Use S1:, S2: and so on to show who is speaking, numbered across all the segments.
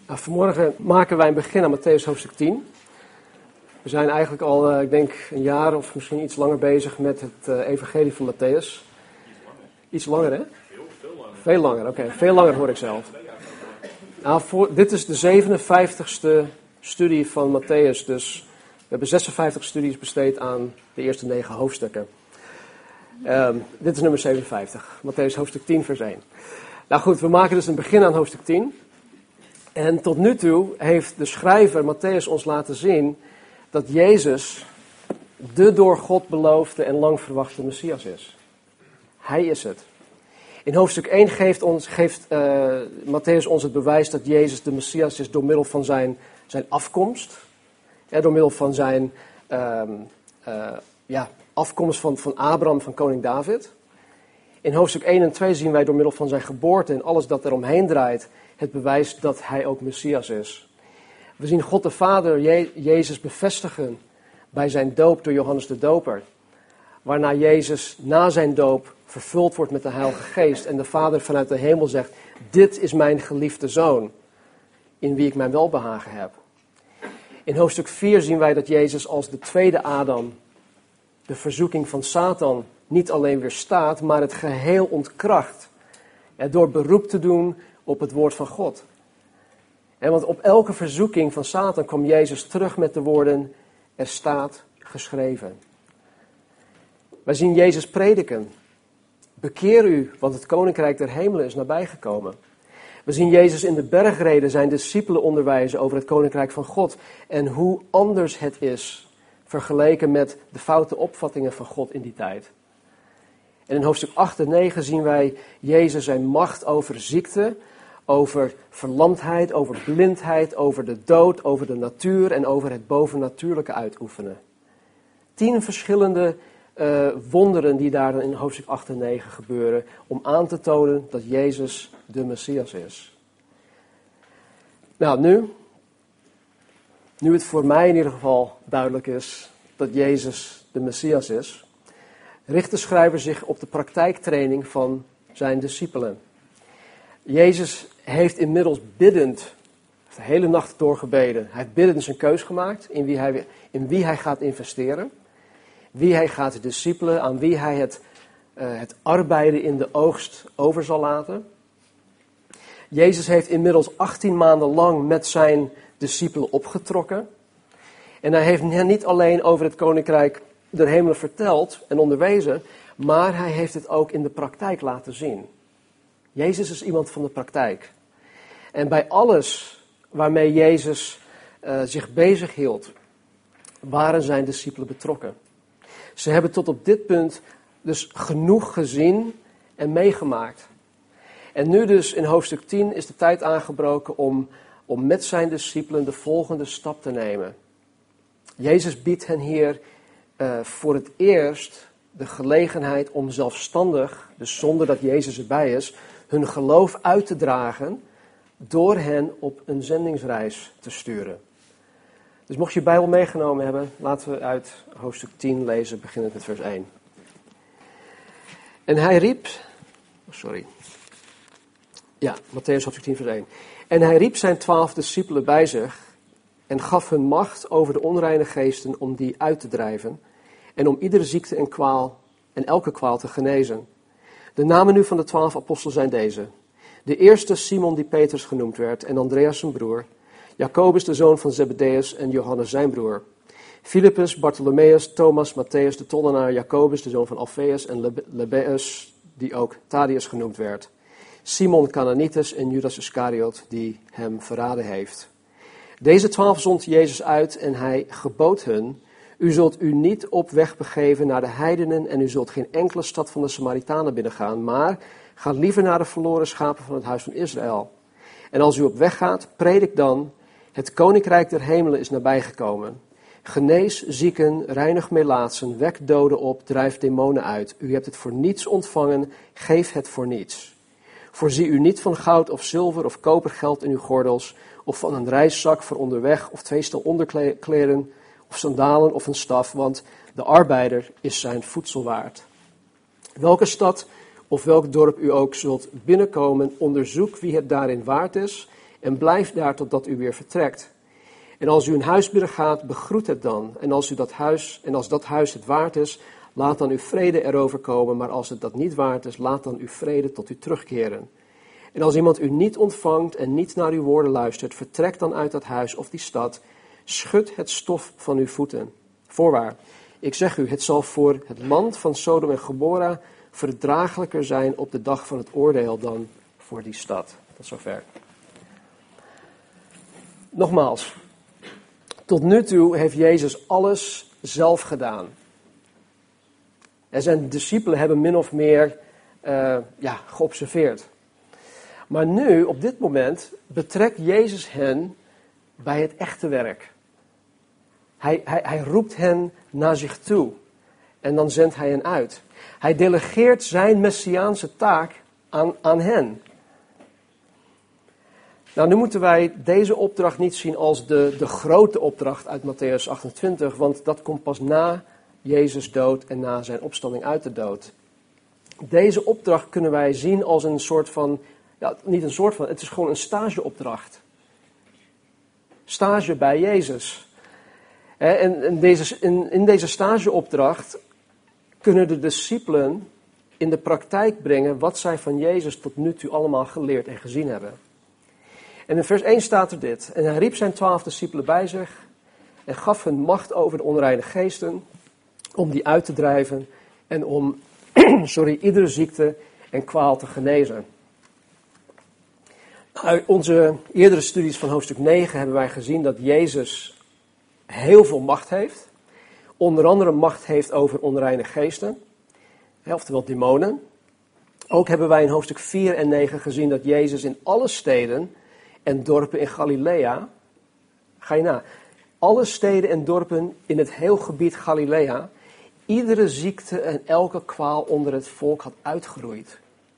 S1: Nou, vanmorgen maken wij een begin aan Mattheüs hoofdstuk 10. We zijn eigenlijk al, ik denk, een jaar of misschien iets langer bezig met het evangelie van Matthäus. Iets langer, hè?
S2: Veel langer.
S1: Veel langer, oké. Veel langer hoor ik zelf. Nou, dit is de 57ste studie van Matthäus, dus we hebben 56 studies besteed aan de eerste 9 hoofdstukken. Dit is nummer 57, Matthäus hoofdstuk 10 vers 1. Nou goed, we maken dus een begin aan hoofdstuk 10. En tot nu toe heeft de schrijver Matthäus ons laten zien dat Jezus de door God beloofde en lang verwachte Messias is. Hij is het. In hoofdstuk 1 geeft Matthäus ons het bewijs dat Jezus de Messias is door middel van zijn afkomst. Door middel van zijn afkomst van Abraham, van koning David. In hoofdstuk 1 en 2 zien wij door middel van zijn geboorte en alles dat eromheen draait het bewijs dat hij ook Messias is. We zien God de Vader Jezus bevestigen bij zijn doop door Johannes de Doper. Waarna Jezus na zijn doop vervuld wordt met de Heilige Geest. En de Vader vanuit de hemel zegt, dit is mijn geliefde Zoon, in wie ik mijn welbehagen heb. In hoofdstuk 4 zien wij dat Jezus als de tweede Adam de verzoeking van Satan niet alleen weerstaat, maar het geheel ontkracht. Door beroep te doen op het woord van God. Want op elke verzoeking van Satan kwam Jezus terug met de woorden, er staat geschreven. Wij zien Jezus prediken. Bekeer u, want het koninkrijk der hemelen is nabijgekomen. We zien Jezus in de bergreden zijn discipelen onderwijzen over het koninkrijk van God. En hoe anders het is vergeleken met de foute opvattingen van God in die tijd. En in hoofdstuk 8 en 9 zien wij Jezus zijn macht over ziekte, over verlamdheid, over blindheid, over de dood, over de natuur en over het bovennatuurlijke uitoefenen. 10 verschillende wonderen die daar in hoofdstuk 8 en 9 gebeuren om aan te tonen dat Jezus de Messias is. Nou, nu het voor mij in ieder geval duidelijk is dat Jezus de Messias is, richt de schrijver zich op de praktijktraining van zijn discipelen. Jezus heeft inmiddels biddend de hele nacht doorgebeden. Hij heeft biddend zijn keus gemaakt in wie hij gaat investeren. Wie hij gaat discipelen, aan wie hij het arbeiden in de oogst over zal laten. Jezus heeft inmiddels 18 maanden lang met zijn discipelen opgetrokken. En hij heeft hen niet alleen over het koninkrijk der hemelen verteld en onderwezen, maar hij heeft het ook in de praktijk laten zien. Jezus is iemand van de praktijk. En bij alles waarmee Jezus zich bezig hield, waren zijn discipelen betrokken. Ze hebben tot op dit punt dus genoeg gezien en meegemaakt. En nu dus in hoofdstuk 10 is de tijd aangebroken om met zijn discipelen de volgende stap te nemen. Jezus biedt hen hier voor het eerst de gelegenheid om zelfstandig, dus zonder dat Jezus erbij is, hun geloof uit te dragen door hen op een zendingsreis te sturen. Dus mocht je je Bijbel meegenomen hebben, laten we uit hoofdstuk 10 lezen, beginnend met vers 1. En hij riep, Matthäus hoofdstuk 10 vers 1. En hij riep zijn 12 discipelen bij zich en gaf hun macht over de onreine geesten om die uit te drijven en om iedere ziekte en kwaal en elke kwaal te genezen. De namen nu van de 12 apostelen zijn deze. De eerste Simon die Petrus genoemd werd en Andreas zijn broer. Jacobus de zoon van Zebedeus en Johannes zijn broer. Philippus, Bartholomeus, Thomas, Matthäus de tollenaar, Jacobus de zoon van Alfeus en Lebbeus die ook Thaddeus genoemd werd. Simon Cananitus en Judas Iscariot die hem verraden heeft. Deze 12 zond Jezus uit en hij gebood hun: u zult u niet op weg begeven naar de heidenen en u zult geen enkele stad van de Samaritanen binnengaan, maar ga liever naar de verloren schapen van het huis van Israël. En als u op weg gaat, predik dan: het koninkrijk der hemelen is nabijgekomen. Genees zieken, reinig melaatsen, wek doden op, drijf demonen uit. U hebt het voor niets ontvangen, geef het voor niets. Voorzie u niet van goud of zilver of kopergeld in uw gordels, of van een reiszak voor onderweg, of 2 stel onderkleren, of sandalen of een staf, want de arbeider is zijn voedsel waard. Welke stad of welk dorp u ook zult binnenkomen, onderzoek wie het daarin waard is en blijf daar totdat u weer vertrekt. En als u een huis binnengaat, begroet het dan. En als dat huis het waard is, laat dan uw vrede erover komen. Maar als het dat niet waard is, laat dan uw vrede tot u terugkeren. En als iemand u niet ontvangt en niet naar uw woorden luistert, vertrek dan uit dat huis of die stad. Schud het stof van uw voeten. Voorwaar, ik zeg u, het zal voor het land van Sodom en Gomorra verdraaglijker zijn op de dag van het oordeel dan voor die stad. Tot zover. Nogmaals, tot nu toe heeft Jezus alles zelf gedaan. En zijn discipelen hebben min of meer geobserveerd. Maar nu, op dit moment, betrekt Jezus hen bij het echte werk. Hij roept hen naar zich toe en dan zendt hij hen uit. Hij delegeert zijn messiaanse taak aan hen. Nou, nu moeten wij deze opdracht niet zien als de grote opdracht uit Mattheüs 28, want dat komt pas na Jezus' dood en na zijn opstanding uit de dood. Deze opdracht kunnen wij zien als een soort van, niet een soort van, het is gewoon een stageopdracht. Stage bij Jezus. En in deze stageopdracht kunnen de discipelen in de praktijk brengen wat zij van Jezus tot nu toe allemaal geleerd en gezien hebben. En in vers 1 staat er dit. En hij riep zijn 12 discipelen bij zich en gaf hun macht over de onreine geesten om die uit te drijven en om iedere ziekte en kwaal te genezen. Uit onze eerdere studies van hoofdstuk 9 hebben wij gezien dat Jezus heel veel macht heeft. Onder andere macht heeft over onreine geesten, oftewel demonen. Ook hebben wij in hoofdstuk 4 en 9 gezien dat Jezus in alle steden en dorpen in Galilea, ga je na, alle steden en dorpen in het heel gebied Galilea, iedere ziekte en elke kwaal onder het volk had uitgeroeid.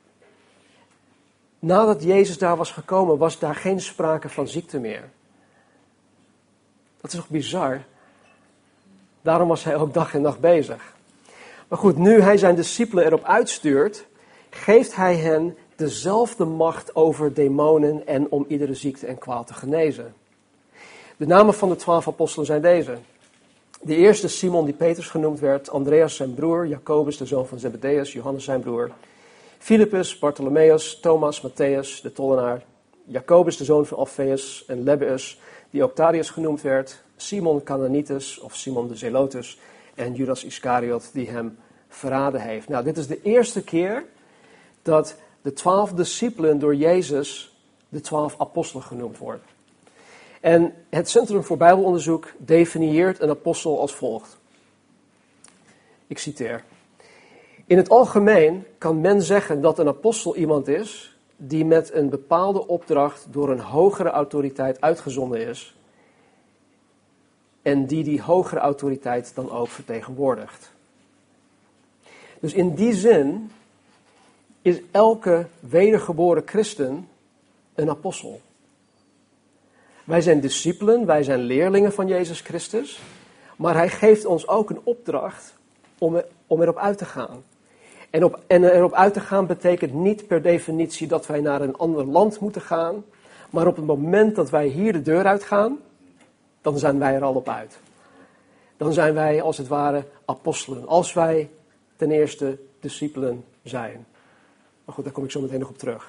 S1: Nadat Jezus daar was gekomen, was daar geen sprake van ziekte meer. Dat is toch bizar? Daarom was hij ook dag en nacht bezig. Maar goed, nu hij zijn discipelen erop uitstuurt, geeft hij hen dezelfde macht over demonen en om iedere ziekte en kwaal te genezen. De namen van de 12 apostelen zijn deze. De eerste Simon die Petrus genoemd werd, Andreas zijn broer, Jacobus de zoon van Zebedeus, Johannes zijn broer, Philippus, Bartholomeus, Thomas, Matthäus de tollenaar, Jacobus de zoon van Alfeus en Lebbeus die ook Thaddeus genoemd werd, Simon Cananitus of Simon de Zelotus en Judas Iscariot die hem verraden heeft. Nou, dit is de eerste keer dat de 12 discipelen door Jezus de 12 apostelen genoemd worden. En het Centrum voor Bijbelonderzoek definieert een apostel als volgt. Ik citeer. In het algemeen kan men zeggen dat een apostel iemand is die met een bepaalde opdracht door een hogere autoriteit uitgezonden is en die hogere autoriteit dan ook vertegenwoordigt. Dus in die zin is elke wedergeboren christen een apostel. Wij zijn discipelen, wij zijn leerlingen van Jezus Christus, maar hij geeft ons ook een opdracht om erop uit te gaan. En erop uit te gaan betekent niet per definitie dat wij naar een ander land moeten gaan, maar op het moment dat wij hier de deur uitgaan, dan zijn wij er al op uit. Dan zijn wij als het ware apostelen, als wij ten eerste discipelen zijn. Maar goed, daar kom ik zo meteen nog op terug.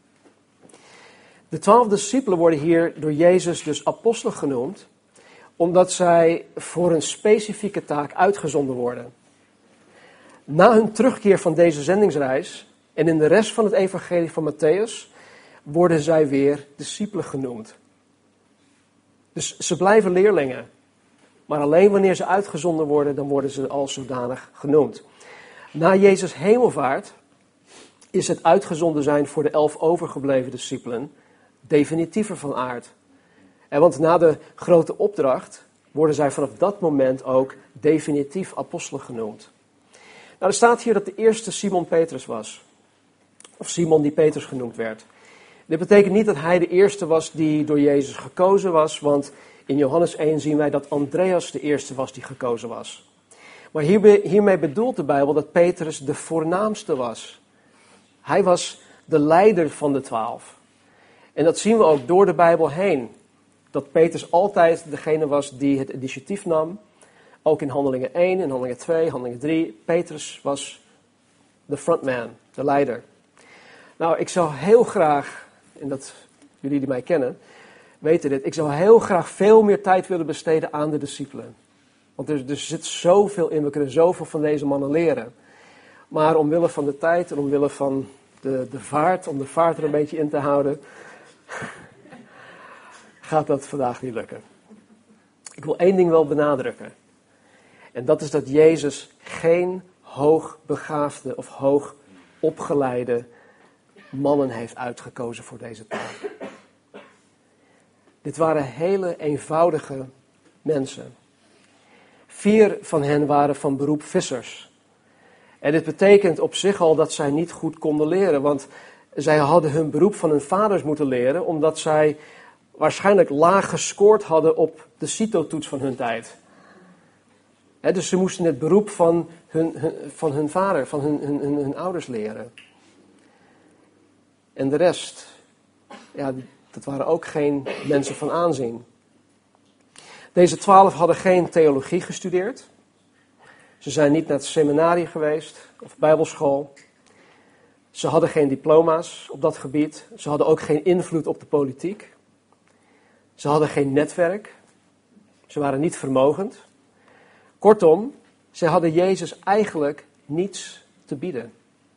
S1: De 12 discipelen worden hier door Jezus dus apostelen genoemd, omdat zij voor een specifieke taak uitgezonden worden. Na hun terugkeer van deze zendingsreis en in de rest van het evangelie van Matthäus worden zij weer discipelen genoemd. Dus ze blijven leerlingen, maar alleen wanneer ze uitgezonden worden, dan worden ze als zodanig genoemd. Na Jezus' hemelvaart is het uitgezonden zijn voor de 11 overgebleven discipelen definitiever van aard. Want na de grote opdracht worden zij vanaf dat moment ook definitief apostelen genoemd. Nou, er staat hier dat de eerste Simon Petrus was. Of Simon die Petrus genoemd werd. Dit betekent niet dat hij de eerste was die door Jezus gekozen was, want in Johannes 1 zien wij dat Andreas de eerste was die gekozen was. Maar hiermee bedoelt de Bijbel dat Petrus de voornaamste was. Hij was de leider van de 12. En dat zien we ook door de Bijbel heen. Dat Petrus altijd degene was die het initiatief nam. Ook in Handelingen 1, in Handelingen 2, Handelingen 3. Petrus was de frontman, de leider. Nou, ik zou heel graag, en dat jullie die mij kennen, weten dit. Ik zou heel graag veel meer tijd willen besteden aan de discipelen. Want er zit zoveel in, we kunnen zoveel van deze mannen leren. Maar omwille van de tijd en omwille van de vaart, om de vaart er een beetje in te houden, gaat dat vandaag niet lukken. Ik wil één ding wel benadrukken. En dat is dat Jezus geen hoogbegaafde of hoogopgeleide mannen heeft uitgekozen voor deze taak. Dit waren hele eenvoudige mensen. 4 van hen waren van beroep vissers. En dit betekent op zich al dat zij niet goed konden leren, want zij hadden hun beroep van hun vaders moeten leren, omdat zij waarschijnlijk laag gescoord hadden op de CITO-toets van hun tijd. Dus ze moesten het beroep van hun vader, van hun ouders leren. En de rest, ja, dat waren ook geen mensen van aanzien. Deze 12 hadden geen theologie gestudeerd. Ze zijn niet naar het seminarie geweest of bijbelschool. Ze hadden geen diploma's op dat gebied. Ze hadden ook geen invloed op de politiek. Ze hadden geen netwerk. Ze waren niet vermogend. Kortom, ze hadden Jezus eigenlijk niets te bieden.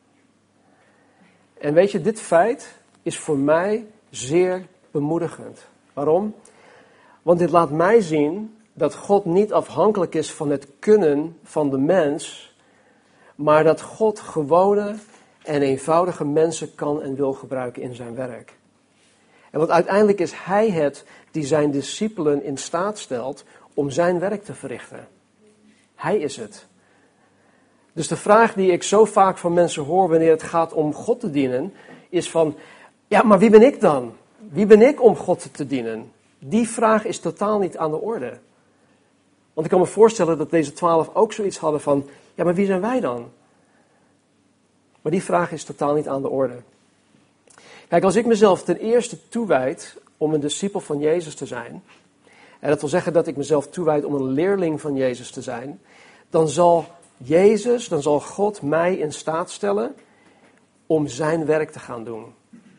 S1: En weet je, dit feit is voor mij zeer bemoedigend. Waarom? Want dit laat mij zien dat God niet afhankelijk is van het kunnen van de mens, maar dat God gewone en eenvoudige mensen kan en wil gebruiken in zijn werk. En want uiteindelijk is Hij het die zijn discipelen in staat stelt om zijn werk te verrichten. Hij is het. Dus de vraag die ik zo vaak van mensen hoor wanneer het gaat om God te dienen, is van, ja, maar wie ben ik dan? Wie ben ik om God te dienen? Die vraag is totaal niet aan de orde. Want ik kan me voorstellen dat deze 12 ook zoiets hadden van, ja, maar wie zijn wij dan? Maar die vraag is totaal niet aan de orde. Kijk, als ik mezelf ten eerste toewijd om een discipel van Jezus te zijn, en dat wil zeggen dat ik mezelf toewijd om een leerling van Jezus te zijn, dan zal God mij in staat stellen om zijn werk te gaan doen.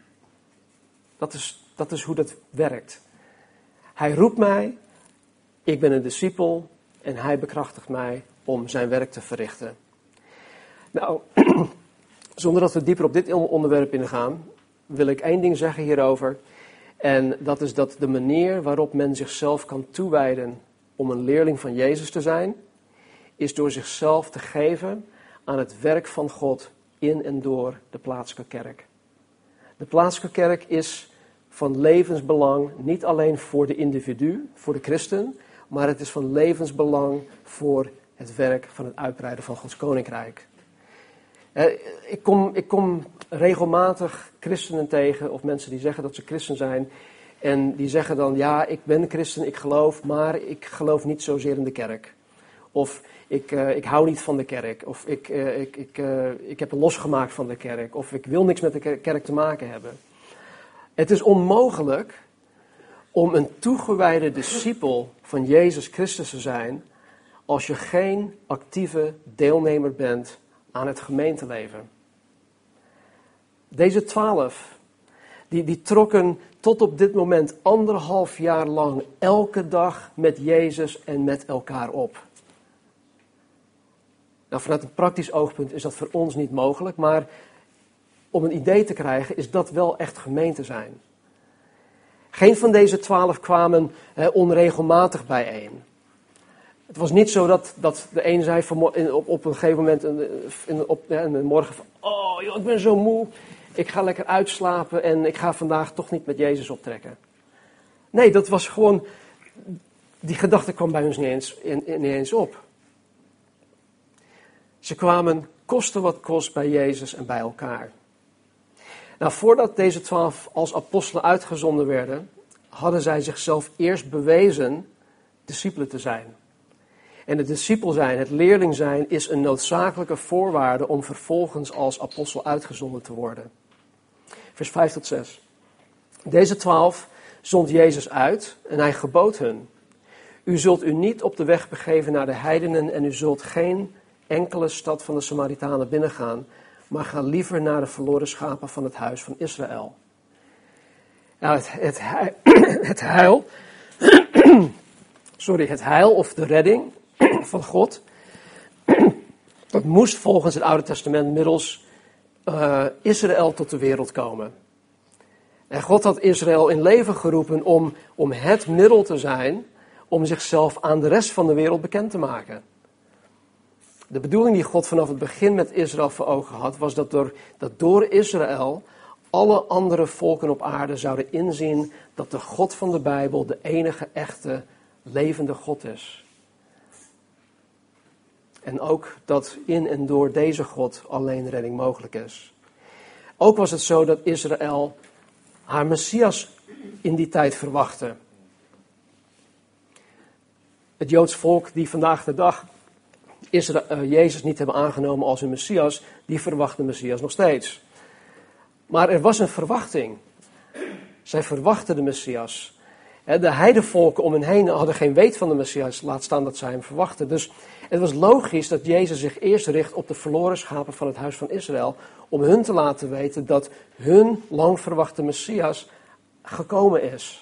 S1: Dat is hoe dat werkt. Hij roept mij, ik ben een discipel en hij bekrachtigt mij om zijn werk te verrichten. Nou, zonder dat we dieper op dit onderwerp ingaan, wil ik één ding zeggen hierover. En dat is dat de manier waarop men zichzelf kan toewijden om een leerling van Jezus te zijn, is door zichzelf te geven aan het werk van God in en door de plaatselijke kerk. De plaatselijke kerk is van levensbelang, niet alleen voor de individu, voor de christen, maar het is van levensbelang voor het werk van het uitbreiden van Gods koninkrijk. Ik kom regelmatig christenen tegen, of mensen die zeggen dat ze christen zijn, en die zeggen dan, ja, ik ben christen, ik geloof, maar ik geloof niet zozeer in de kerk. Of ik hou niet van de kerk, of ik heb me losgemaakt van de kerk, of ik wil niks met de kerk te maken hebben. Het is onmogelijk om een toegewijde discipel van Jezus Christus te zijn als je geen actieve deelnemer bent aan het gemeenteleven. Deze 12, die trokken tot op dit moment 1,5 jaar lang elke dag met Jezus en met elkaar op. Nou, vanuit een praktisch oogpunt is dat voor ons niet mogelijk, maar om een idee te krijgen is dat wel echt gemeente zijn. Geen van deze 12 kwamen onregelmatig bijeen. Het was niet zo dat de een zei op een gegeven moment in de morgen van, oh joh, ik ben zo moe, ik ga lekker uitslapen en ik ga vandaag toch niet met Jezus optrekken. Nee, dat was gewoon, die gedachte kwam bij ons niet eens op. Ze kwamen koste wat kost bij Jezus en bij elkaar. Nou, voordat deze 12 als apostelen uitgezonden werden, hadden zij zichzelf eerst bewezen discipelen te zijn. En het discipel zijn, het leerling zijn, is een noodzakelijke voorwaarde om vervolgens als apostel uitgezonden te worden. Vers 5 tot 6. Deze 12 zond Jezus uit en hij gebood hun: u zult u niet op de weg begeven naar de heidenen en u zult geen enkele stad van de Samaritanen binnengaan, maar ga liever naar de verloren schapen van het huis van Israël. Nou, het heil of de redding van God, dat moest volgens het Oude Testament middels Israël tot de wereld komen. En God had Israël in leven geroepen om het middel te zijn om zichzelf aan de rest van de wereld bekend te maken. De bedoeling die God vanaf het begin met Israël voor ogen had, was dat door Israël alle andere volken op aarde zouden inzien dat de God van de Bijbel de enige echte levende God is. En ook dat in en door deze God alleen redding mogelijk is. Ook was het zo dat Israël haar Messias in die tijd verwachtte. Het Joods volk die vandaag de dag Jezus niet hebben aangenomen als hun Messias, die verwachten de Messias nog steeds. Maar er was een verwachting. Zij verwachten de Messias. De heidenvolken om hen heen hadden geen weet van de Messias, laat staan dat zij hem verwachten. Dus het was logisch dat Jezus zich eerst richt op de verloren schapen van het huis van Israël, om hun te laten weten dat hun lang verwachte Messias gekomen is.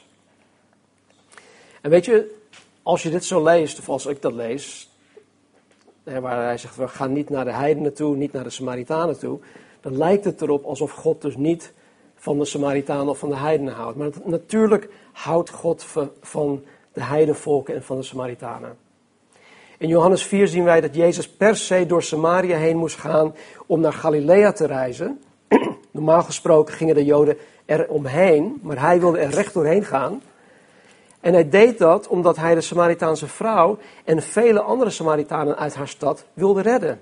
S1: En weet je, als je dit zo leest, of als ik dat lees, waar hij zegt, we gaan niet naar de heidenen toe, niet naar de Samaritanen toe, dan lijkt het erop alsof God dus niet van de Samaritanen of van de heidenen houdt. Maar natuurlijk houdt God van de heidenvolken en van de Samaritanen. In Johannes 4 zien wij dat Jezus per se door Samaria heen moest gaan om naar Galilea te reizen. Normaal gesproken gingen de Joden er omheen, maar hij wilde er recht doorheen gaan. En hij deed dat omdat hij de Samaritaanse vrouw en vele andere Samaritanen uit haar stad wilde redden.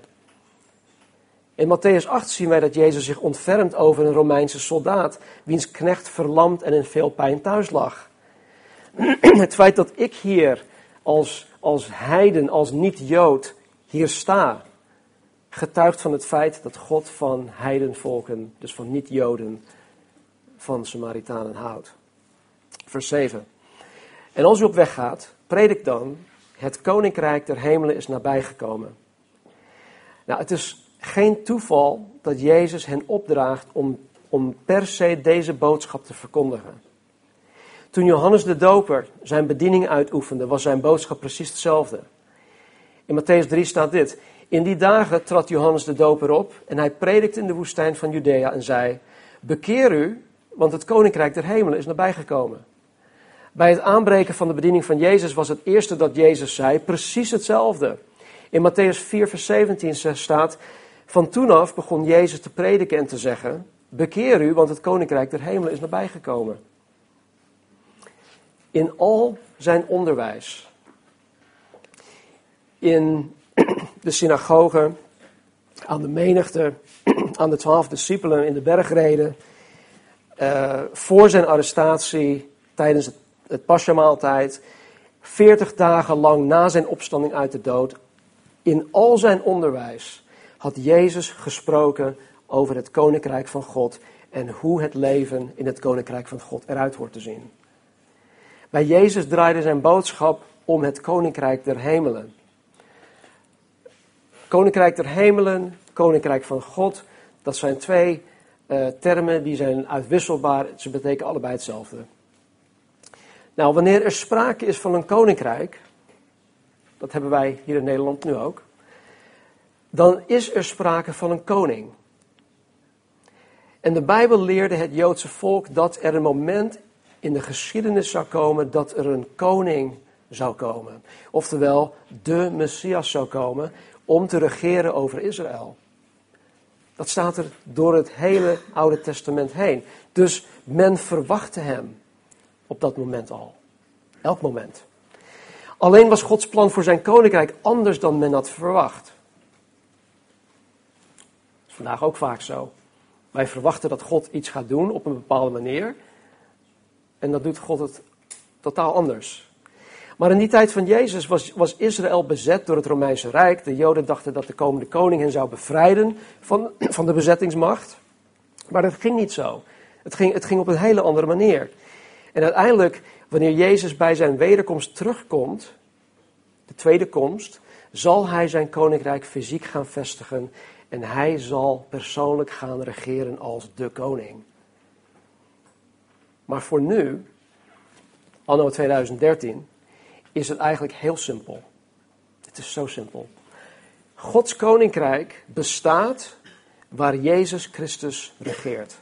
S1: In Mattheüs 8 zien wij dat Jezus zich ontfermt over een Romeinse soldaat, wiens knecht verlamd en in veel pijn thuis lag. Het feit dat ik hier als heiden, als niet-Jood hier sta, getuigt van het feit dat God van heidenvolken, dus van niet-Joden, van Samaritanen houdt. Vers 7. En als u op weg gaat, predik dan, het koninkrijk der hemelen is nabijgekomen. Nou, het is geen toeval dat Jezus hen opdraagt om per se deze boodschap te verkondigen. Toen Johannes de Doper zijn bediening uitoefende, was zijn boodschap precies hetzelfde. In Mattheüs 3 staat dit: in die dagen trad Johannes de Doper op en hij predikte in de woestijn van Judea en zei: bekeer u, want het koninkrijk der hemelen is nabijgekomen. Bij het aanbreken van de bediening van Jezus was het eerste dat Jezus zei precies hetzelfde. In Mattheüs 4 vers 17 staat: van toen af begon Jezus te prediken en te zeggen: bekeer u, want het koninkrijk der hemelen is nabijgekomen. In al zijn onderwijs, in de synagoge, aan de menigte, aan de 12 discipelen in de bergreden, voor zijn arrestatie, tijdens het Pascha-maaltijd, 40 dagen lang na zijn opstanding uit de dood, in al zijn onderwijs had Jezus gesproken over het koninkrijk van God en hoe het leven in het koninkrijk van God eruit hoort te zien. Bij Jezus draaide zijn boodschap om het koninkrijk der hemelen. Koninkrijk der hemelen, koninkrijk van God, dat zijn twee termen die zijn uitwisselbaar. Ze betekenen allebei hetzelfde. Nou, wanneer er sprake is van een koninkrijk, dat hebben wij hier in Nederland nu ook, dan is er sprake van een koning. En de Bijbel leerde het Joodse volk dat er een moment in de geschiedenis zou komen dat er een koning zou komen. Oftewel, de Messias zou komen om te regeren over Israël. Dat staat er door het hele Oude Testament heen. Dus men verwachtte hem op dat moment al. Elk moment. Alleen was Gods plan voor zijn koninkrijk anders dan men had verwacht. Dat is vandaag ook vaak zo. Wij verwachten dat God iets gaat doen op een bepaalde manier. En dan doet God het totaal anders. Maar in die tijd van Jezus was Israël bezet door het Romeinse Rijk. De Joden dachten dat de komende koning hen zou bevrijden van de bezettingsmacht. Maar dat ging niet zo. Het ging op een hele andere manier. En uiteindelijk, wanneer Jezus bij zijn wederkomst terugkomt, de tweede komst, zal hij zijn koninkrijk fysiek gaan vestigen en hij zal persoonlijk gaan regeren als de koning. Maar voor nu, anno 2013, is het eigenlijk heel simpel. Het is zo simpel. Gods koninkrijk bestaat waar Jezus Christus regeert.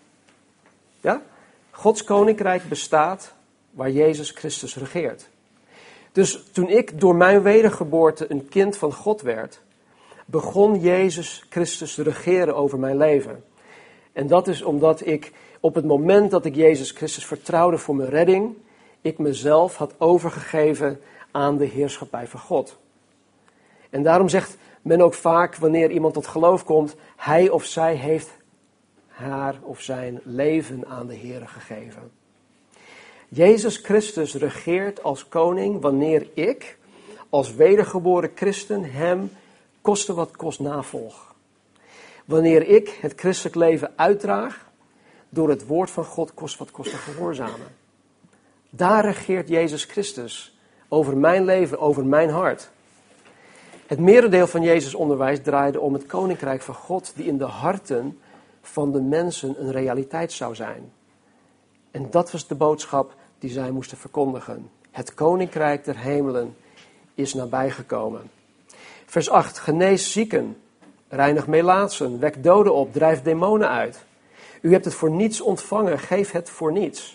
S1: Ja? Gods koninkrijk bestaat waar Jezus Christus regeert. Dus toen ik door mijn wedergeboorte een kind van God werd, begon Jezus Christus te regeren over mijn leven. En dat is omdat ik op het moment dat ik Jezus Christus vertrouwde voor mijn redding, ik mezelf had overgegeven aan de heerschappij van God. En daarom zegt men ook vaak wanneer iemand tot geloof komt, hij of zij heeft haar of zijn leven aan de Heer gegeven. Jezus Christus regeert als koning wanneer ik als wedergeboren christen hem koste wat kost navolg. Wanneer ik het christelijk leven uitdraag door het woord van God kost wat kost te gehoorzamen. Daar regeert Jezus Christus over mijn leven, over mijn hart. Het merendeel van Jezus' onderwijs draaide om het koninkrijk van God die in de harten van de mensen een realiteit zou zijn. En dat was de boodschap die zij moesten verkondigen. Het koninkrijk der hemelen is nabijgekomen. Vers 8. Genees zieken, reinig melaatsen, wek doden op, drijf demonen uit. U hebt het voor niets ontvangen, geef het voor niets.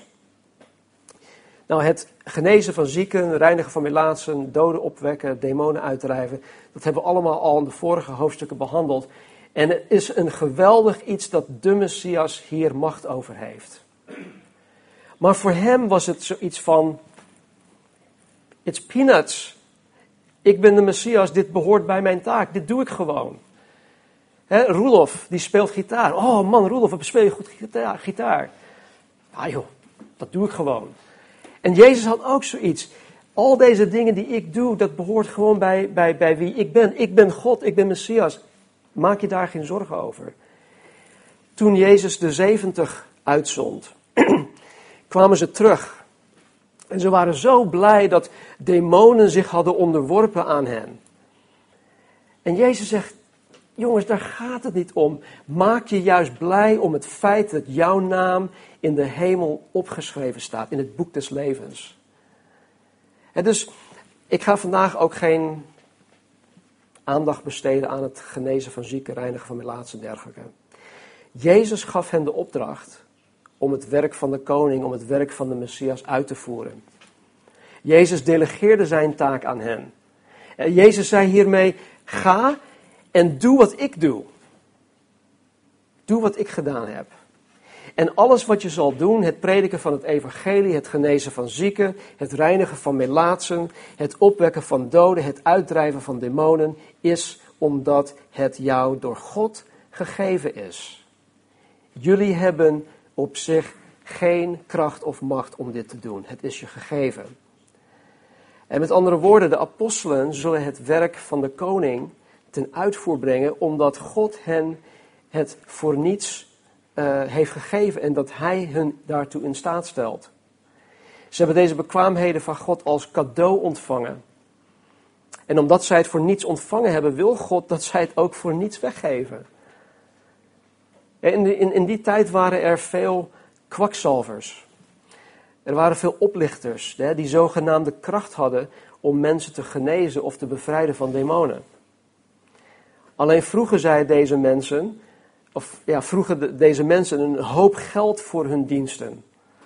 S1: Nou, het genezen van zieken, reinigen van melaatsen, doden opwekken, demonen uitdrijven, dat hebben we allemaal al in de vorige hoofdstukken behandeld. En het is een geweldig iets dat de Messias hier macht over heeft. Maar voor hem was het zoiets van, it's peanuts. Ik ben de Messias, dit behoort bij mijn taak, dit doe ik gewoon. Roelof, die speelt gitaar. Oh man, Roelof, wat speel je goed gitaar? Ah joh, dat doe ik gewoon. En Jezus had ook zoiets. Al deze dingen die ik doe, dat behoort gewoon bij wie ik ben. Ik ben God, ik ben Messias. Maak je daar geen zorgen over. Toen Jezus de 70 uitzond, kwamen ze terug. En ze waren zo blij dat demonen zich hadden onderworpen aan hen. En Jezus zegt, jongens, daar gaat het niet om. Maak je juist blij om het feit dat jouw naam in de hemel opgeschreven staat, in het boek des levens. En dus, ik ga vandaag ook geen aandacht besteden aan het genezen van zieken, reinigen van melaatsen en dergelijke. Jezus gaf hen de opdracht om het werk van de koning, om het werk van de Messias uit te voeren. Jezus delegeerde zijn taak aan hen. En Jezus zei hiermee, ga en doe wat ik doe. Doe wat ik gedaan heb. En alles wat je zal doen, het prediken van het evangelie, het genezen van zieken, het reinigen van melaatsen, het opwekken van doden, het uitdrijven van demonen, is omdat het jou door God gegeven is. Jullie hebben op zich geen kracht of macht om dit te doen. Het is je gegeven. En met andere woorden, de apostelen zullen het werk van de koning ten uitvoer brengen, omdat God hen het voor niets heeft gegeven en dat hij hun daartoe in staat stelt. Ze hebben deze bekwaamheden van God als cadeau ontvangen. En omdat zij het voor niets ontvangen hebben, wil God dat zij het ook voor niets weggeven. In die tijd waren er veel kwakzalvers. Er waren veel oplichters die zogenaamde kracht hadden om mensen te genezen of te bevrijden van demonen. Alleen vroegen deze mensen een hoop geld voor hun diensten.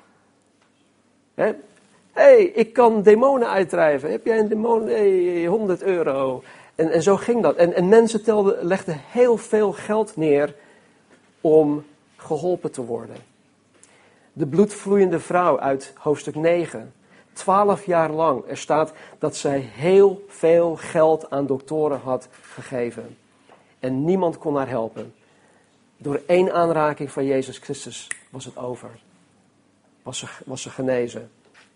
S1: Hey, ik kan demonen uitdrijven. Heb jij een demon? Hey, 100 euro. En zo ging dat. En mensen legden heel veel geld neer om geholpen te worden. De bloedvloeiende vrouw uit hoofdstuk 9. 12 jaar lang. Er staat dat zij heel veel geld aan doktoren had gegeven. En niemand kon haar helpen. Door 1 aanraking van Jezus Christus was het over. Was ze genezen.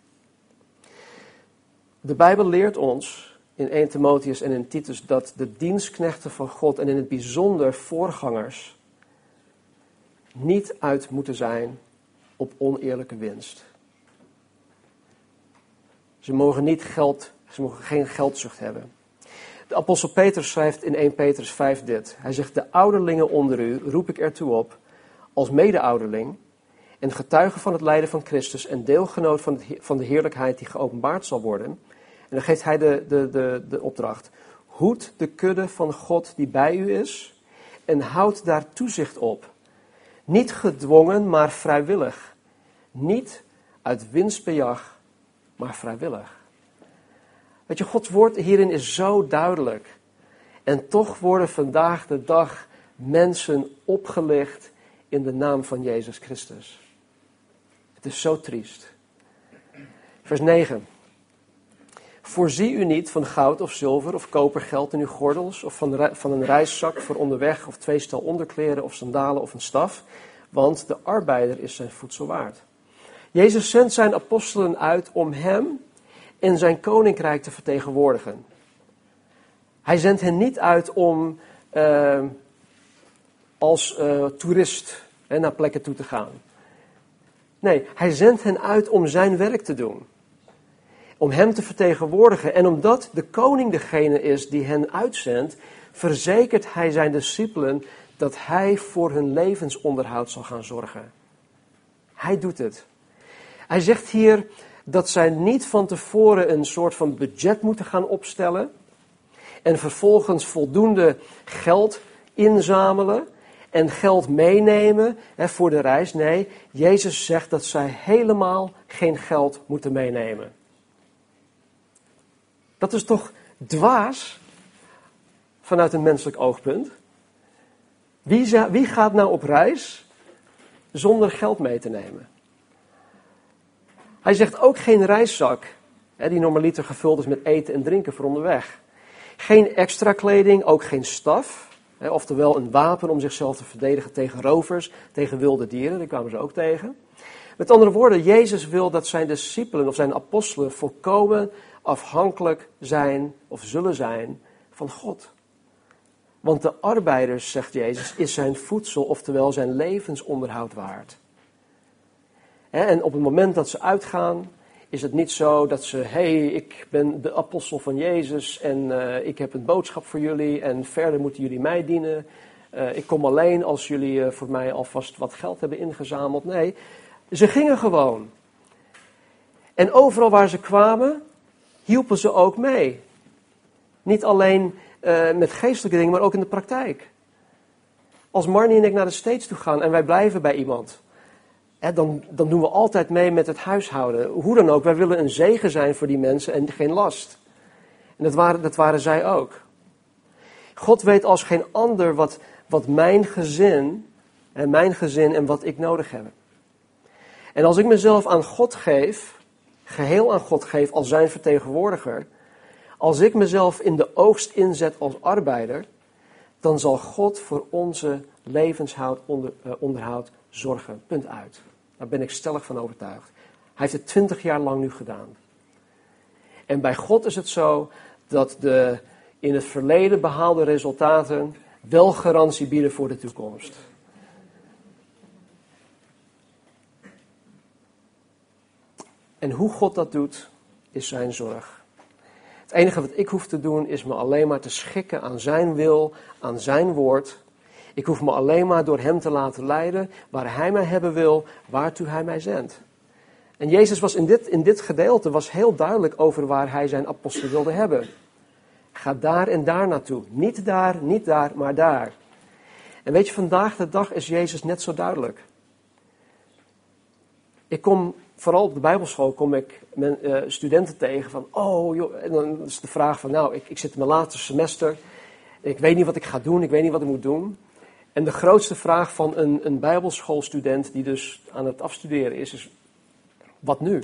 S1: De Bijbel leert ons in 1 Timotheus en in Titus dat de dienstknechten van God en in het bijzonder voorgangers niet uit moeten zijn op oneerlijke winst. Ze mogen geen geldzucht hebben. De apostel Petrus schrijft in 1 Petrus 5 dit. Hij zegt, de ouderlingen onder u roep ik ertoe op, als mede-ouderling en getuige van het lijden van Christus en deelgenoot van de heerlijkheid die geopenbaard zal worden. En dan geeft hij de opdracht. Hoed de kudde van God die bij u is en houd daar toezicht op. Niet gedwongen, maar vrijwillig. Niet uit winstbejag, maar vrijwillig. Weet je, Gods woord hierin is zo duidelijk. En toch worden vandaag de dag mensen opgelicht in de naam van Jezus Christus. Het is zo triest. Vers 9. Voorzie u niet van goud of zilver of kopergeld in uw gordels, of van een reiszak voor onderweg, of 2 stel onderkleren, of sandalen of een staf, want de arbeider is zijn voedsel waard. Jezus zendt zijn apostelen uit om hem en zijn koninkrijk te vertegenwoordigen. Hij zendt hen niet uit om als toerist naar plekken toe te gaan. Nee, hij zendt hen uit om zijn werk te doen. Om hem te vertegenwoordigen. En omdat de koning degene is die hen uitzendt, verzekert hij zijn discipelen dat hij voor hun levensonderhoud zal gaan zorgen. Hij doet het. Hij zegt hier dat zij niet van tevoren een soort van budget moeten gaan opstellen en vervolgens voldoende geld inzamelen en geld meenemen voor de reis. Nee, Jezus zegt dat zij helemaal geen geld moeten meenemen. Dat is toch dwaas vanuit een menselijk oogpunt? Wie gaat nou op reis zonder geld mee te nemen? Hij zegt ook geen reiszak, die normaliter gevuld is met eten en drinken voor onderweg. Geen extra kleding, ook geen staf, oftewel een wapen om zichzelf te verdedigen tegen rovers, tegen wilde dieren, die kwamen ze ook tegen. Met andere woorden, Jezus wil dat zijn discipelen of zijn apostelen volkomen afhankelijk zijn of zullen zijn van God. Want de arbeiders, zegt Jezus, is zijn voedsel, oftewel zijn levensonderhoud waard. En op het moment dat ze uitgaan, is het niet zo dat ze, ik ben de apostel van Jezus en ik heb een boodschap voor jullie en verder moeten jullie mij dienen. Ik kom alleen als jullie voor mij alvast wat geld hebben ingezameld. Nee, ze gingen gewoon. En overal waar ze kwamen, hielpen ze ook mee. Niet alleen met geestelijke dingen, maar ook in de praktijk. Als Marnie en ik naar de States toe gaan en wij blijven bij iemand, dan doen we altijd mee met het huishouden. Hoe dan ook, wij willen een zegen zijn voor die mensen en geen last. En dat waren zij ook. God weet als geen ander wat mijn gezin en wat ik nodig heb. En als ik mezelf aan God geef, geheel aan God geef als zijn vertegenwoordiger, als ik mezelf in de oogst inzet als arbeider, dan zal God voor onze levensonderhoud zorgen. Punt uit. Daar ben ik stellig van overtuigd. Hij heeft het 20 jaar lang nu gedaan. En bij God is het zo dat de in het verleden behaalde resultaten wel garantie bieden voor de toekomst. En hoe God dat doet, is zijn zorg. Het enige wat ik hoef te doen, is me alleen maar te schikken aan zijn wil, aan zijn woord. Ik hoef me alleen maar door hem te laten leiden, waar hij mij hebben wil, waartoe hij mij zendt. En Jezus was in dit gedeelte was heel duidelijk over waar hij zijn apostel wilde hebben. Ga daar en daar naartoe. Niet daar, maar daar. En weet je, vandaag de dag is Jezus net zo duidelijk. Vooral op de Bijbelschool kom ik studenten tegen van, en dan is de vraag van, ik zit in mijn laatste semester, ik weet niet wat ik ga doen, ik weet niet wat ik moet doen. En de grootste vraag van een Bijbelschoolstudent die dus aan het afstuderen is, wat nu?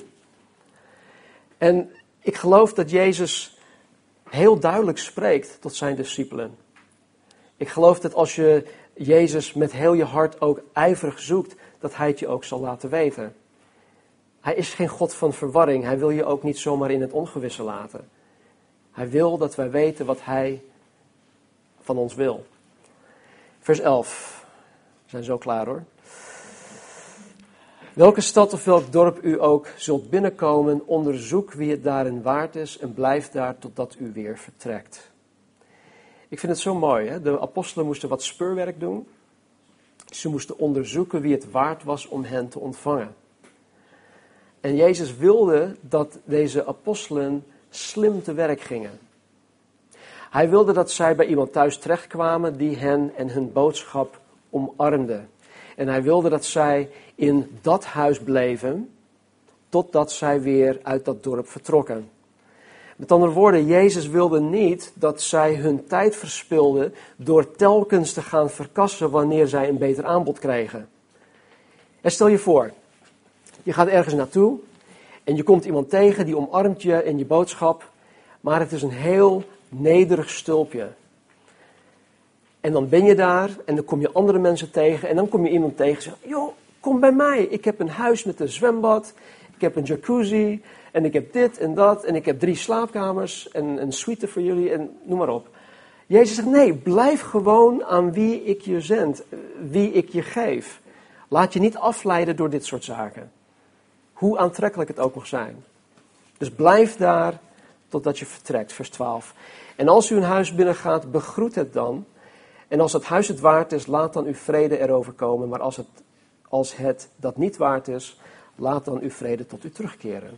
S1: En ik geloof dat Jezus heel duidelijk spreekt tot zijn discipelen. Ik geloof dat als je Jezus met heel je hart ook ijverig zoekt, dat hij het je ook zal laten weten. Hij is geen God van verwarring. Hij wil je ook niet zomaar in het ongewisse laten. Hij wil dat wij weten wat hij van ons wil. Vers 11. We zijn zo klaar hoor. Welke stad of welk dorp u ook zult binnenkomen, onderzoek wie het daarin waard is en blijf daar totdat u weer vertrekt. Ik vind het zo mooi, hè? De apostelen moesten wat speurwerk doen. Ze moesten onderzoeken wie het waard was om hen te ontvangen. En Jezus wilde dat deze apostelen slim te werk gingen. Hij wilde dat zij bij iemand thuis terechtkwamen die hen en hun boodschap omarmde. En hij wilde dat zij in dat huis bleven, totdat zij weer uit dat dorp vertrokken. Met andere woorden, Jezus wilde niet dat zij hun tijd verspilden door telkens te gaan verkassen wanneer zij een beter aanbod kregen. En stel je voor, je gaat ergens naartoe en je komt iemand tegen die omarmt je in je boodschap, maar het is een heel nederig stulpje. En dan ben je daar en dan kom je andere mensen tegen en dan kom je iemand tegen en zegt, joh, kom bij mij. Ik heb een huis met een zwembad, ik heb een jacuzzi en ik heb dit en dat en ik heb 3 slaapkamers en een suite voor jullie en noem maar op. Jezus zegt, nee, blijf gewoon aan wie ik je zend, wie ik je geef. Laat je niet afleiden door dit soort zaken. Hoe aantrekkelijk het ook mag zijn. Dus blijf daar totdat je vertrekt, vers 12. En als u een huis binnengaat, begroet het dan. En als het huis het waard is, laat dan uw vrede erover komen. Maar als het dat niet waard is, laat dan uw vrede tot u terugkeren.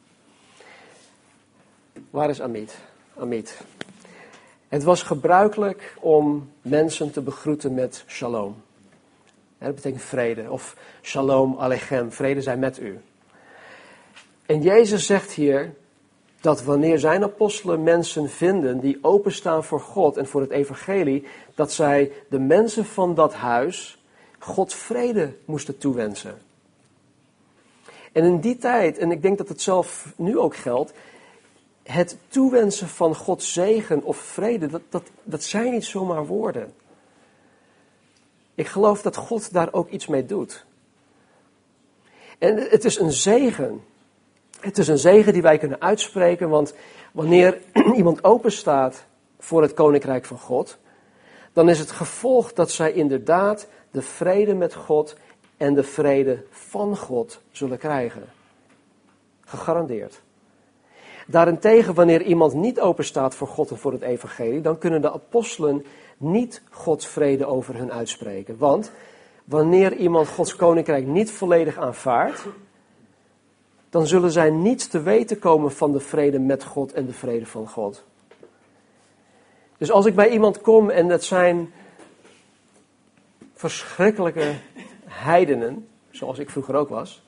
S1: Waar is Amit? Amit. Het was gebruikelijk om mensen te begroeten met shalom. Dat betekent vrede. Of shalom alechem, vrede zij met u. En Jezus zegt hier dat wanneer zijn apostelen mensen vinden die openstaan voor God en voor het evangelie, dat zij de mensen van dat huis God vrede moesten toewensen. En in die tijd, en ik denk dat het zelf nu ook geldt, het toewensen van Gods zegen of vrede, dat zijn niet zomaar woorden. Ik geloof dat God daar ook iets mee doet. En het is een zegen. Het is een zegen die wij kunnen uitspreken, want wanneer iemand openstaat voor het koninkrijk van God, dan is het gevolg dat zij inderdaad de vrede met God en de vrede van God zullen krijgen. Gegarandeerd. Daarentegen, wanneer iemand niet openstaat voor God en voor het evangelie, dan kunnen de apostelen niet Gods vrede over hun uitspreken. Want wanneer iemand Gods koninkrijk niet volledig aanvaardt, dan zullen zij niets te weten komen van de vrede met God en de vrede van God. Dus als ik bij iemand kom en dat zijn verschrikkelijke heidenen, zoals ik vroeger ook was,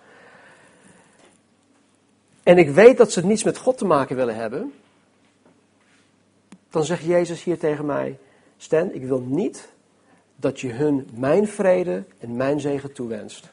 S1: en ik weet dat ze niets met God te maken willen hebben, dan zegt Jezus hier tegen mij, Stan, ik wil niet dat je hun mijn vrede en mijn zegen toewenst.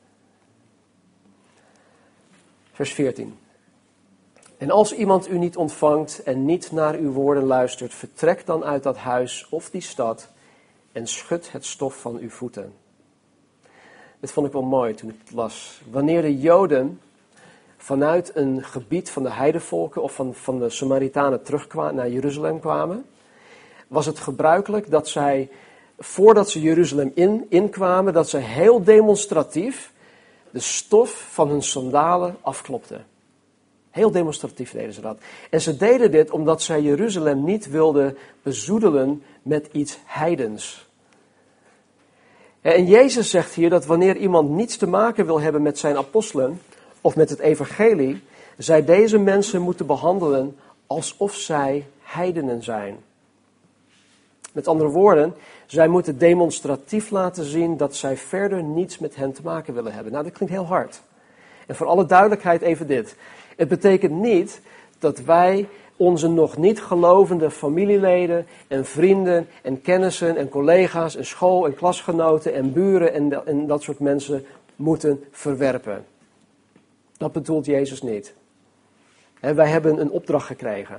S1: Vers 14. En als iemand u niet ontvangt en niet naar uw woorden luistert, vertrek dan uit dat huis of die stad en schud het stof van uw voeten. Dit vond ik wel mooi toen ik het las. Wanneer de Joden vanuit een gebied van de heidevolken of van de Samaritanen naar Jeruzalem kwamen, was het gebruikelijk dat zij, voordat ze Jeruzalem inkwamen, dat zij heel demonstratief de stof van hun sandalen afklopten. Heel demonstratief deden ze dat. En ze deden dit omdat zij Jeruzalem niet wilden bezoedelen met iets heidens. En Jezus zegt hier dat wanneer iemand niets te maken wil hebben met zijn apostelen of met het evangelie, zij deze mensen moeten behandelen alsof zij heidenen zijn. Met andere woorden, zij moeten demonstratief laten zien dat zij verder niets met hen te maken willen hebben. Nou, dat klinkt heel hard. En voor alle duidelijkheid even dit. Het betekent niet dat wij onze nog niet gelovende familieleden en vrienden en kennissen en collega's en school- en klasgenoten en buren en dat soort mensen moeten verwerpen. Dat bedoelt Jezus niet. Wij hebben een opdracht gekregen.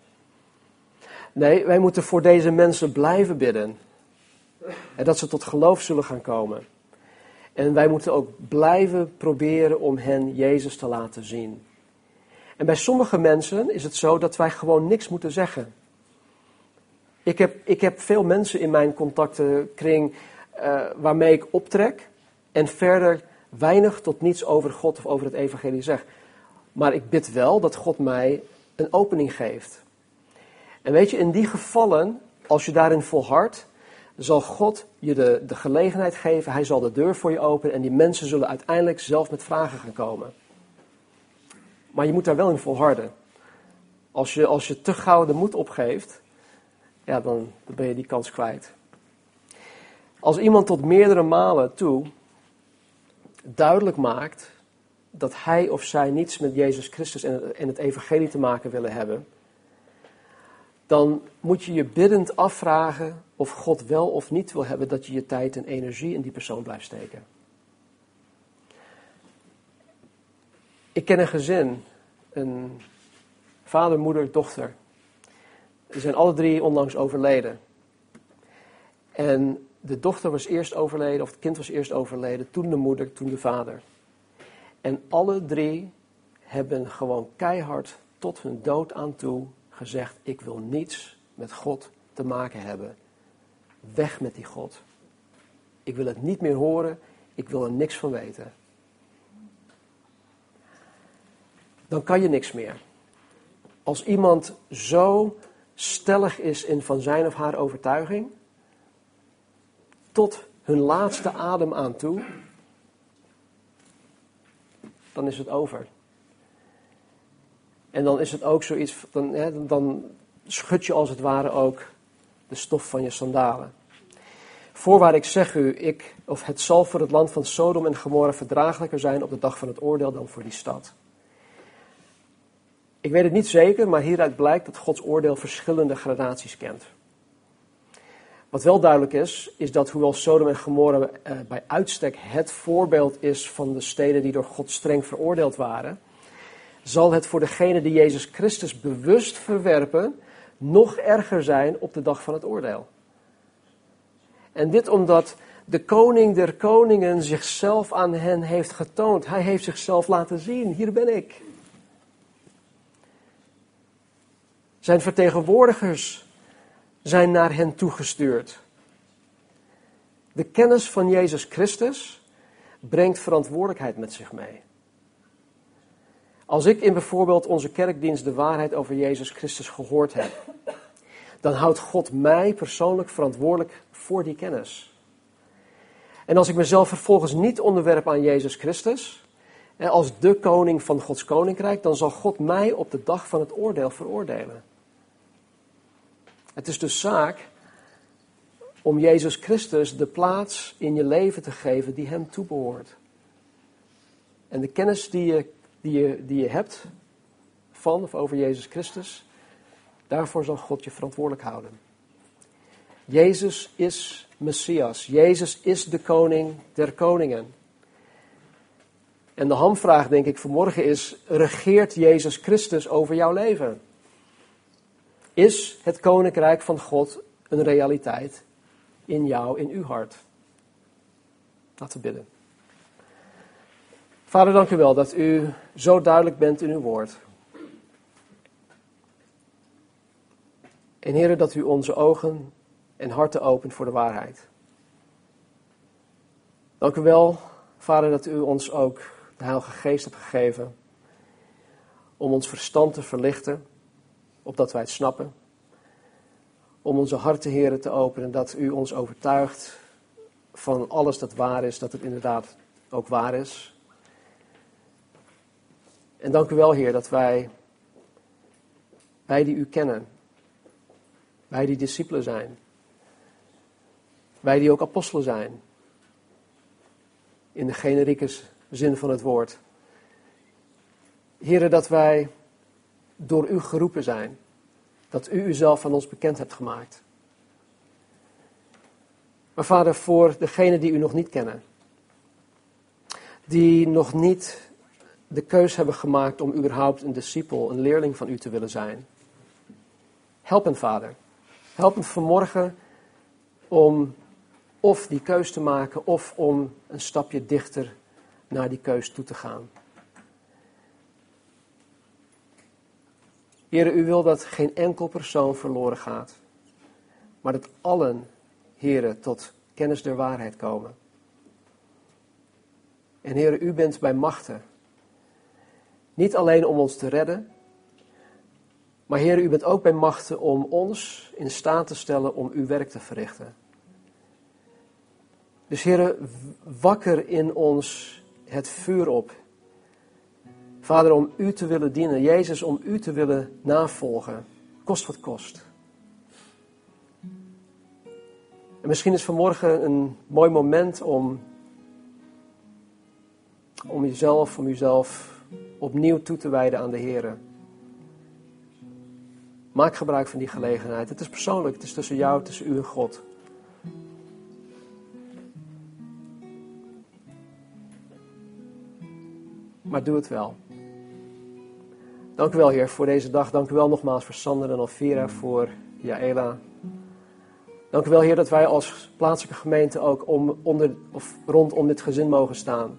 S1: Nee, wij moeten voor deze mensen blijven bidden. En dat ze tot geloof zullen gaan komen. En wij moeten ook blijven proberen om hen Jezus te laten zien. En bij sommige mensen is het zo dat wij gewoon niks moeten zeggen. Ik heb veel mensen in mijn contactenkring waarmee ik optrek. En verder weinig tot niets over God of over het evangelie zeg. Maar ik bid wel dat God mij een opening geeft. En weet je, in die gevallen, als je daarin volhardt, zal God je de gelegenheid geven. Hij zal de deur voor je openen en die mensen zullen uiteindelijk zelf met vragen gaan komen. Maar je moet daar wel in volharden. Als je te gauw de moed opgeeft, ja, dan ben je die kans kwijt. Als iemand tot meerdere malen toe duidelijk maakt dat hij of zij niets met Jezus Christus en het evangelie te maken willen hebben, dan moet je je biddend afvragen of God wel of niet wil hebben dat je je tijd en energie in die persoon blijft steken. Ik ken een gezin, een vader, moeder, dochter. Ze zijn alle drie onlangs overleden. En de dochter was eerst overleden, of het kind was eerst overleden, toen de moeder, toen de vader. En alle drie hebben gewoon keihard tot hun dood aan toe gezegd, ik wil niets met God te maken hebben. Weg met die God. Ik wil het niet meer horen, ik wil er niks van weten. Dan kan je niks meer. Als iemand zo stellig is in van zijn of haar overtuiging, tot hun laatste adem aan toe, dan is het over. En dan is het ook zoiets, dan schud je als het ware ook de stof van je sandalen. Voorwaar ik zeg u, het zal voor het land van Sodom en Gomorra verdraaglijker zijn op de dag van het oordeel dan voor die stad. Ik weet het niet zeker, maar hieruit blijkt dat Gods oordeel verschillende gradaties kent. Wat wel duidelijk is dat hoewel Sodom en Gomorra bij uitstek het voorbeeld is van de steden die door God streng veroordeeld waren, zal het voor degenen die Jezus Christus bewust verwerpen nog erger zijn op de dag van het oordeel. En dit omdat de koning der koningen zichzelf aan hen heeft getoond. Hij heeft zichzelf laten zien. Hier ben ik. Zijn vertegenwoordigers zijn naar hen toegestuurd. De kennis van Jezus Christus brengt verantwoordelijkheid met zich mee. Als ik in bijvoorbeeld onze kerkdienst de waarheid over Jezus Christus gehoord heb, dan houdt God mij persoonlijk verantwoordelijk voor die kennis. En als ik mezelf vervolgens niet onderwerp aan Jezus Christus, als de koning van Gods koninkrijk, dan zal God mij op de dag van het oordeel veroordelen. Het is dus zaak om Jezus Christus de plaats in je leven te geven die hem toebehoort. En de kennis die je hebt van of over Jezus Christus, daarvoor zal God je verantwoordelijk houden. Jezus is Messias. Jezus is de koning der koningen. En de hamvraag, denk ik, vanmorgen is, regeert Jezus Christus over jouw leven? Is het koninkrijk van God een realiteit in jou, in uw hart? Laten we bidden. Vader, dank u wel dat u zo duidelijk bent in uw woord. En Heere, dat u onze ogen en harten opent voor de waarheid. Dank u wel, Vader, dat u ons ook de Heilige Geest hebt gegeven om ons verstand te verlichten, opdat wij het snappen. Om onze harten, Heere, te openen, dat u ons overtuigt van alles dat waar is, dat het inderdaad ook waar is. En dank u wel, Heer, dat wij die u kennen, wij die discipelen zijn, wij die ook apostelen zijn, in de generieke zin van het woord. Heere, dat wij door u geroepen zijn, dat u uzelf aan ons bekend hebt gemaakt. Maar Vader, voor degenen die u nog niet kennen, die nog niet de keus hebben gemaakt om überhaupt een discipel, een leerling van u te willen zijn. Help hen, Vader. Help hen vanmorgen om of die keus te maken of om een stapje dichter naar die keus toe te gaan. Heere, u wil dat geen enkel persoon verloren gaat, maar dat allen, Heere, tot kennis der waarheid komen. En Heer, u bent bij machten. Niet alleen om ons te redden, maar Heer, u bent ook bij machten om ons in staat te stellen om uw werk te verrichten. Dus Heer, wakker in ons het vuur op. Vader, om u te willen dienen. Jezus, om u te willen navolgen. Kost wat kost. En misschien is vanmorgen een mooi moment om uzelf opnieuw toe te wijden aan de Heer. Maak gebruik van die gelegenheid. Het is persoonlijk, het is tussen jou, tussen u en God. Maar doe het wel. Dank u wel, Heer, voor deze dag. Dank u wel nogmaals voor Sander en Alvira, voor Jaela. Dank u wel, Heer, dat wij als plaatselijke gemeente ook rondom dit gezin mogen staan.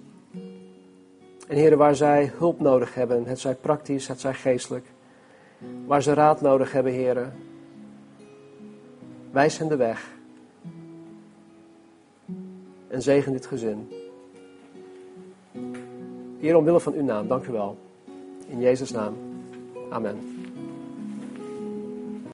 S1: En Heer, waar zij hulp nodig hebben, het zij praktisch, het zij geestelijk, waar ze raad nodig hebben, Heer, wijs hen de weg. En zegen dit gezin. Heer, omwille van uw naam, dank u wel. In Jezus' naam. Amen.